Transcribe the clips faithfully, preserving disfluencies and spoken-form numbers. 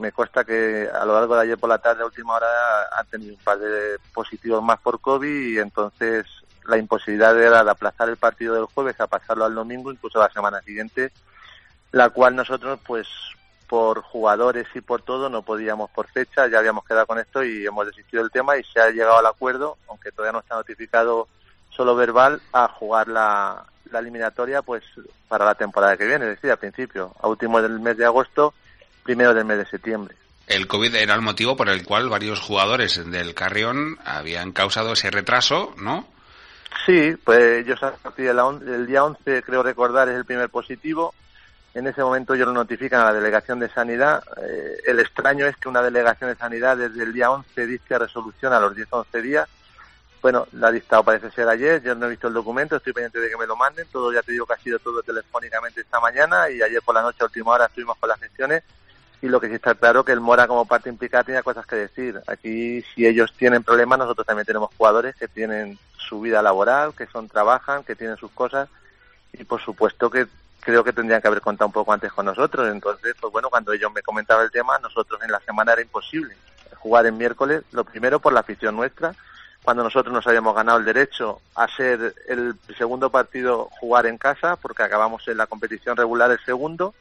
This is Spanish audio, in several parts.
me consta que a lo largo de ayer por la tarde, a última hora, han tenido un par de positivos más por COVID y entonces la imposibilidad era de aplazar el partido del jueves a pasarlo al domingo, incluso la semana siguiente, la cual nosotros, pues, por jugadores y por todo, no podíamos por fecha, ya habíamos quedado con esto y hemos desistido del tema y se ha llegado al acuerdo, aunque todavía no está notificado solo verbal, a jugar la, la eliminatoria pues para la temporada que viene, es decir, a principio, a último del mes de agosto, primero del mes de septiembre. El COVID era el motivo por el cual varios jugadores del Carrión habían causado ese retraso, ¿no? Sí, pues ellos a partir del día once, creo recordar, es el primer positivo. En ese momento ellos lo notifican a la Delegación de Sanidad. Eh, el extraño es que una Delegación de Sanidad desde el día once dicta resolución a los diez a once días. Bueno, la ha dictado parece ser ayer, yo no he visto el documento, estoy pendiente de que me lo manden. Todo ya te digo que ha sido todo telefónicamente esta mañana y ayer por la noche a última hora estuvimos con las gestiones. Y lo que sí está claro que el Mora como parte implicada tenía cosas que decir. Aquí si ellos tienen problemas, nosotros también tenemos jugadores que tienen su vida laboral, que son trabajan, que tienen sus cosas y por supuesto que creo que tendrían que haber contado un poco antes con nosotros. Entonces, pues bueno, cuando ellos me comentaban el tema, nosotros en la semana era imposible jugar en miércoles, lo primero por la afición nuestra, cuando nosotros nos habíamos ganado el derecho a ser el segundo partido jugar en casa, porque acabamos en la competición regular el segundo.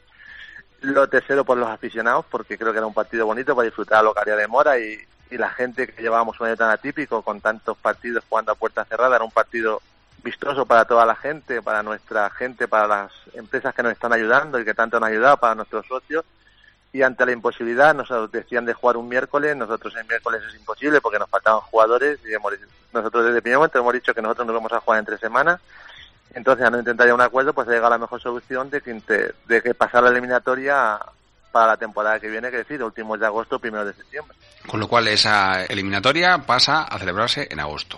Lo tercero por los aficionados, porque creo que era un partido bonito para disfrutar la localidad de Mora y, y la gente que llevábamos un año tan atípico con tantos partidos jugando a puerta cerrada, era un partido vistoso para toda la gente, para nuestra gente, para las empresas que nos están ayudando y que tanto nos han ayudado, para nuestros socios. Y ante la imposibilidad, nos decían de jugar un miércoles, nosotros el miércoles es imposible porque nos faltaban jugadores y hemos, nosotros desde el primer momento hemos dicho que nosotros nos vamos a jugar en tres semanas. Entonces, al no intentar ya un acuerdo, pues ha llegado a la mejor solución de que, de que pasar la eliminatoria para la temporada que viene, que es decir, últimos de agosto, primero de septiembre. Con lo cual, esa eliminatoria pasa a celebrarse en agosto.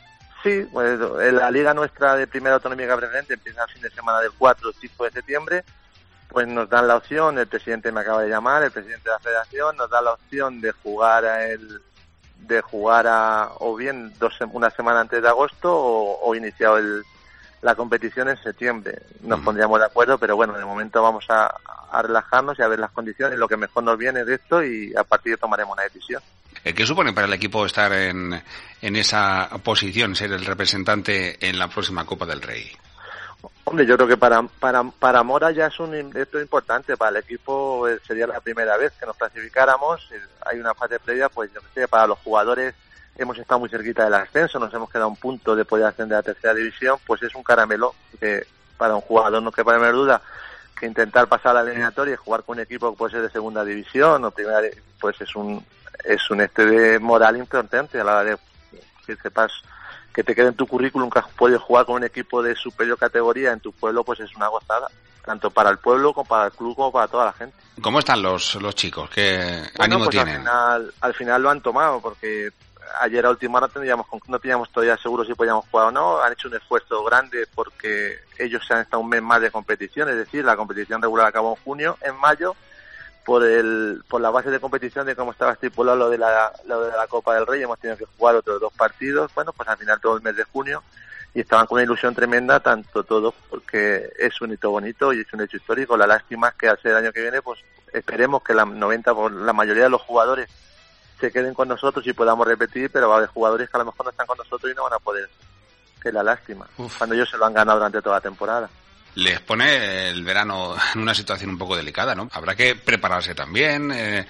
Sí, pues la liga nuestra de Primera Autonómica Preferente empieza el fin de semana del cuatro o cinco de septiembre, pues nos dan la opción, el presidente me acaba de llamar, el presidente de la federación, nos da la opción de jugar a el, de jugar a, o bien dos, una semana antes de agosto o, o iniciado el, la competición en septiembre. Nos uh-huh. pondríamos de acuerdo, pero bueno, de momento vamos a, a relajarnos y a ver las condiciones, lo que mejor nos viene de esto y a partir de tomaremos una decisión. ¿Qué supone para el equipo estar en, en esa posición, ser el representante en la próxima Copa del Rey? Hombre, yo creo que para para para Mora ya es un esto es importante, para el equipo sería la primera vez que nos clasificáramos, hay una fase previa, pues yo que sé, para los jugadores hemos estado muy cerquita del ascenso, nos hemos quedado a un punto de poder ascender a la tercera división, pues es un caramelo que para un jugador no quepa la menor duda que intentar pasar a la eliminatoria y jugar con un equipo que puede ser de segunda división o primera, pues es un es un este de moral importante a la hora de que sepas que te quede en tu currículum que has podido jugar con un equipo de superior categoría en tu pueblo, pues es una gozada, tanto para el pueblo como para el club como para toda la gente. ¿Cómo están los los chicos? ¿Qué bueno, ánimo pues tienen? Al final, al final lo han tomado, porque ayer a última hora teníamos, no teníamos todavía seguro si podíamos jugar o no, han hecho un esfuerzo grande porque ellos se han estado un mes más de competición, es decir, la competición regular acabó en junio, en mayo, por el por la base de competición de cómo estaba estipulado lo de la lo de la Copa del Rey, hemos tenido que jugar otros dos partidos, bueno, pues al final todo el mes de junio, y estaban con una ilusión tremenda, tanto todos, porque es un hito bonito y es un hecho histórico. La lástima es que al ser el año que viene, pues esperemos que la noventa por la mayoría de los jugadores se queden con nosotros y podamos repetir, pero va a haber jugadores que a lo mejor no están con nosotros y no van a poder, que es la lástima, Uf. cuando ellos se lo han ganado durante toda la temporada. Les pone el verano en una situación un poco delicada, ¿no? Habrá que prepararse también. Eh...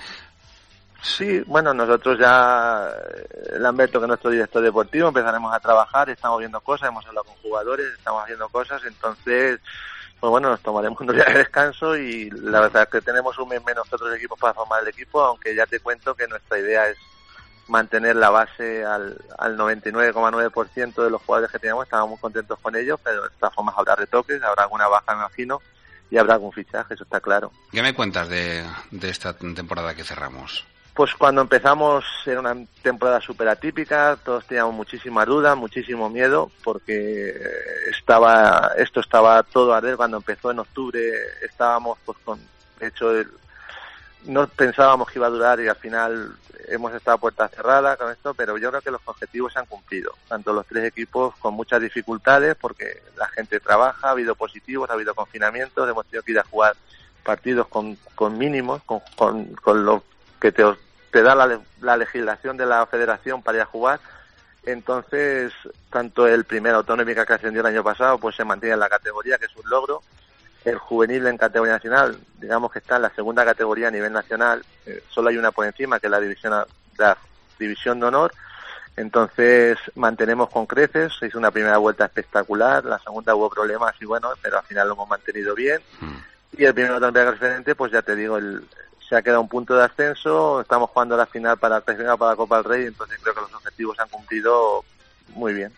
Sí, bueno, nosotros ya, Lamberto, que es nuestro director deportivo, empezaremos a trabajar, estamos viendo cosas, hemos hablado con jugadores, estamos haciendo cosas, entonces, pues bueno, nos tomaremos un día de descanso y la verdad es que tenemos un mes menos que otros equipos para formar el equipo, aunque ya te cuento que nuestra idea es mantener la base al, al noventa y nueve coma nueve por ciento de los jugadores que teníamos, estábamos muy contentos con ellos, pero de todas formas habrá retoques, habrá alguna baja, me imagino, y habrá algún fichaje, eso está claro. ¿Qué me cuentas de, de esta temporada que cerramos? Pues cuando empezamos era una temporada súper atípica, todos teníamos muchísimas dudas, muchísimo miedo, porque estaba esto estaba todo a arder. Cuando empezó en octubre estábamos, pues con, de hecho, el, no pensábamos que iba a durar y al final hemos estado a puerta cerrada con esto, pero yo creo que los objetivos se han cumplido, tanto los tres equipos con muchas dificultades, porque la gente trabaja, ha habido positivos, ha habido confinamientos, hemos tenido que ir a jugar partidos con, con mínimos, con, con, con lo que te, te da la, la legislación de la federación para ir a jugar. Entonces, tanto el Primera Autonómica que ascendió el año pasado, pues se mantiene en la categoría, que es un logro. El juvenil en categoría nacional, digamos que está en la segunda categoría a nivel nacional. Eh, solo hay una por encima, que es la división, la división de honor. Entonces, mantenemos con creces. Se hizo una primera vuelta espectacular, la segunda hubo problemas y bueno, pero al final lo hemos mantenido bien. Mm. Y el Primera Autonómica referente, pues ya te digo, el se ha quedado un punto de ascenso, estamos jugando la final para clasificar para la Copa del Rey, entonces creo que los objetivos se han cumplido muy bien.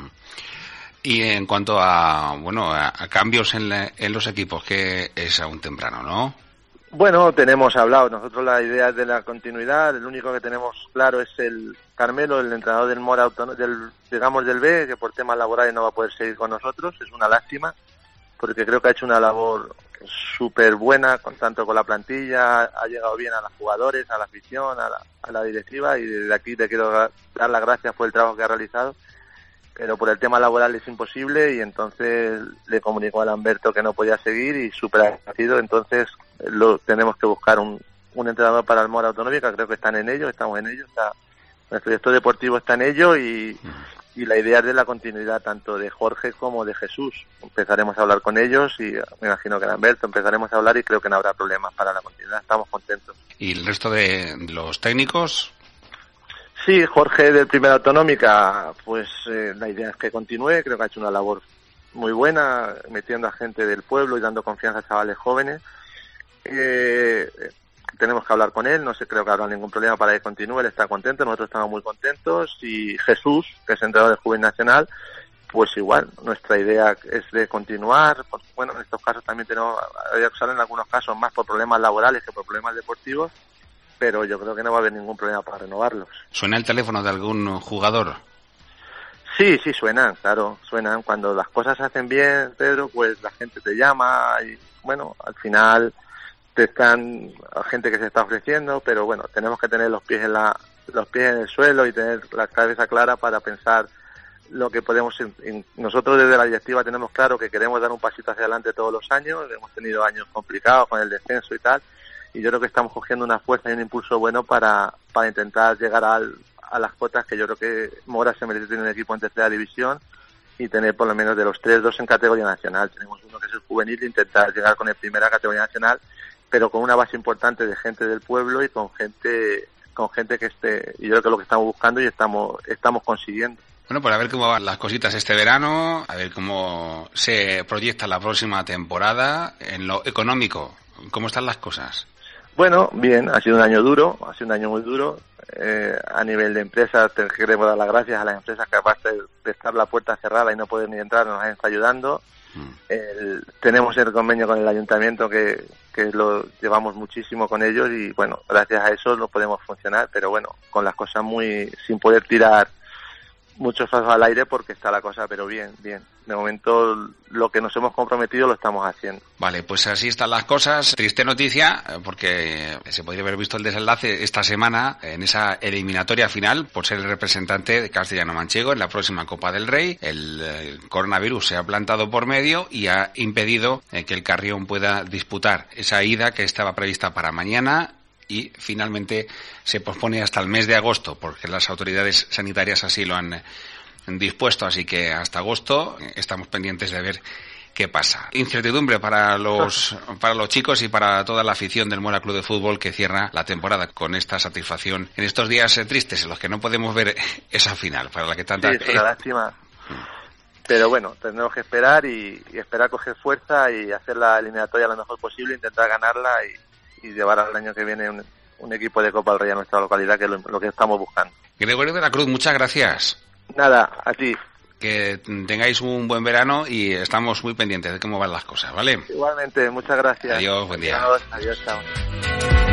Y en cuanto a bueno a, a cambios en, la, en los equipos, que es aún temprano, ¿no? Bueno, tenemos hablado, nosotros la idea es de la continuidad, el único que tenemos claro es el Carmelo, el entrenador del Mora, del, digamos del B, que por temas laborales no va a poder seguir con nosotros, es una lástima, porque creo que ha hecho una labor súper buena, con tanto con la plantilla, ha llegado bien a los jugadores, a la afición, a la, a la directiva, y desde aquí te quiero dar las gracias por el trabajo que ha realizado, pero por el tema laboral es imposible, y entonces le comunicó a Lamberto que no podía seguir y súper agradecido. Entonces lo tenemos que buscar un, un entrenador para el Mora Autonómica, creo que están en ello, estamos en ello, está, nuestro director deportivo está en ello, y y la idea es de la continuidad tanto de Jorge como de Jesús. Empezaremos a hablar con ellos y me imagino que Lamberto empezaremos a hablar y creo que no habrá problemas para la continuidad, estamos contentos. ¿Y el resto de los técnicos? Sí, Jorge del Primera Autonómica, pues eh, la idea es que continúe, creo que ha hecho una labor muy buena, metiendo a gente del pueblo y dando confianza a chavales jóvenes. Eh, tenemos que hablar con él, no sé, creo que habrá ningún problema para que continúe, él está contento, nosotros estamos muy contentos, y Jesús, que es entrenador del Juvenil Nacional, pues igual, nuestra idea es de continuar, pues, bueno, en estos casos también tenemos, salen algunos casos más por problemas laborales que por problemas deportivos, pero yo creo que no va a haber ningún problema para renovarlos. ¿Suena el teléfono de algún jugador? Sí, sí, suenan, claro, suenan. Cuando las cosas se hacen bien, Pedro, pues la gente te llama y, bueno, al final te están a gente que se está ofreciendo, pero bueno, tenemos que tener los pies en la los pies en el suelo y tener la cabeza clara para pensar lo que podemos. Nosotros desde la directiva tenemos claro que queremos dar un pasito hacia adelante todos los años, hemos tenido años complicados con el descenso y tal, y yo creo que estamos cogiendo una fuerza y un impulso bueno para para intentar llegar al, a las cotas que yo creo que Mora se merece tener un equipo en tercera división y tener por lo menos de los tres, dos en categoría nacional. Tenemos uno que es el juvenil, intentar llegar con el primera categoría nacional, pero con una base importante de gente del pueblo y con gente con gente que esté, y yo creo que es lo que estamos buscando y estamos estamos consiguiendo. Bueno, pues a ver cómo van las cositas este verano, a ver cómo se proyecta la próxima temporada. En lo económico, ¿cómo están las cosas? Bueno, bien, ha sido un año duro, ha sido un año muy duro. Eh, a nivel de empresas, te queremos dar las gracias a las empresas que aparte de estar la puerta cerrada y no poder ni entrar, nos han estado ayudando. El, tenemos el convenio con el ayuntamiento que, que lo llevamos muchísimo con ellos y bueno, gracias a eso no podemos funcionar, pero bueno, con las cosas muy, sin poder tirar muchos pasos al aire porque está la cosa, pero bien, bien. De momento lo que nos hemos comprometido lo estamos haciendo. Vale, pues así están las cosas. Triste noticia, porque se podría haber visto el desenlace esta semana en esa eliminatoria final por ser el representante de Castellano-Manchego en la próxima Copa del Rey. El, el coronavirus se ha plantado por medio y ha impedido eh, que el Carrión pueda disputar esa ida que estaba prevista para mañana, y finalmente se pospone hasta el mes de agosto porque las autoridades sanitarias así lo han dispuesto, así que hasta agosto estamos pendientes de ver qué pasa. Incertidumbre para los para los chicos y para toda la afición del Mora Club de Fútbol, que cierra la temporada con esta satisfacción en estos días eh, tristes en los que no podemos ver esa final para la que tanta... Sí, es una lástima. Pero bueno, tenemos que esperar y, y esperar coger fuerza y hacer la eliminatoria lo mejor posible, intentar ganarla y, y llevar al año que viene un, un equipo de Copa del Rey a nuestra localidad, que es lo, lo que estamos buscando. Gregorio de la Cruz, muchas gracias. Nada, a ti. Que tengáis un buen verano y estamos muy pendientes de cómo van las cosas, ¿vale? Igualmente, muchas gracias. Adiós, buen día. Adiós, adiós, chao.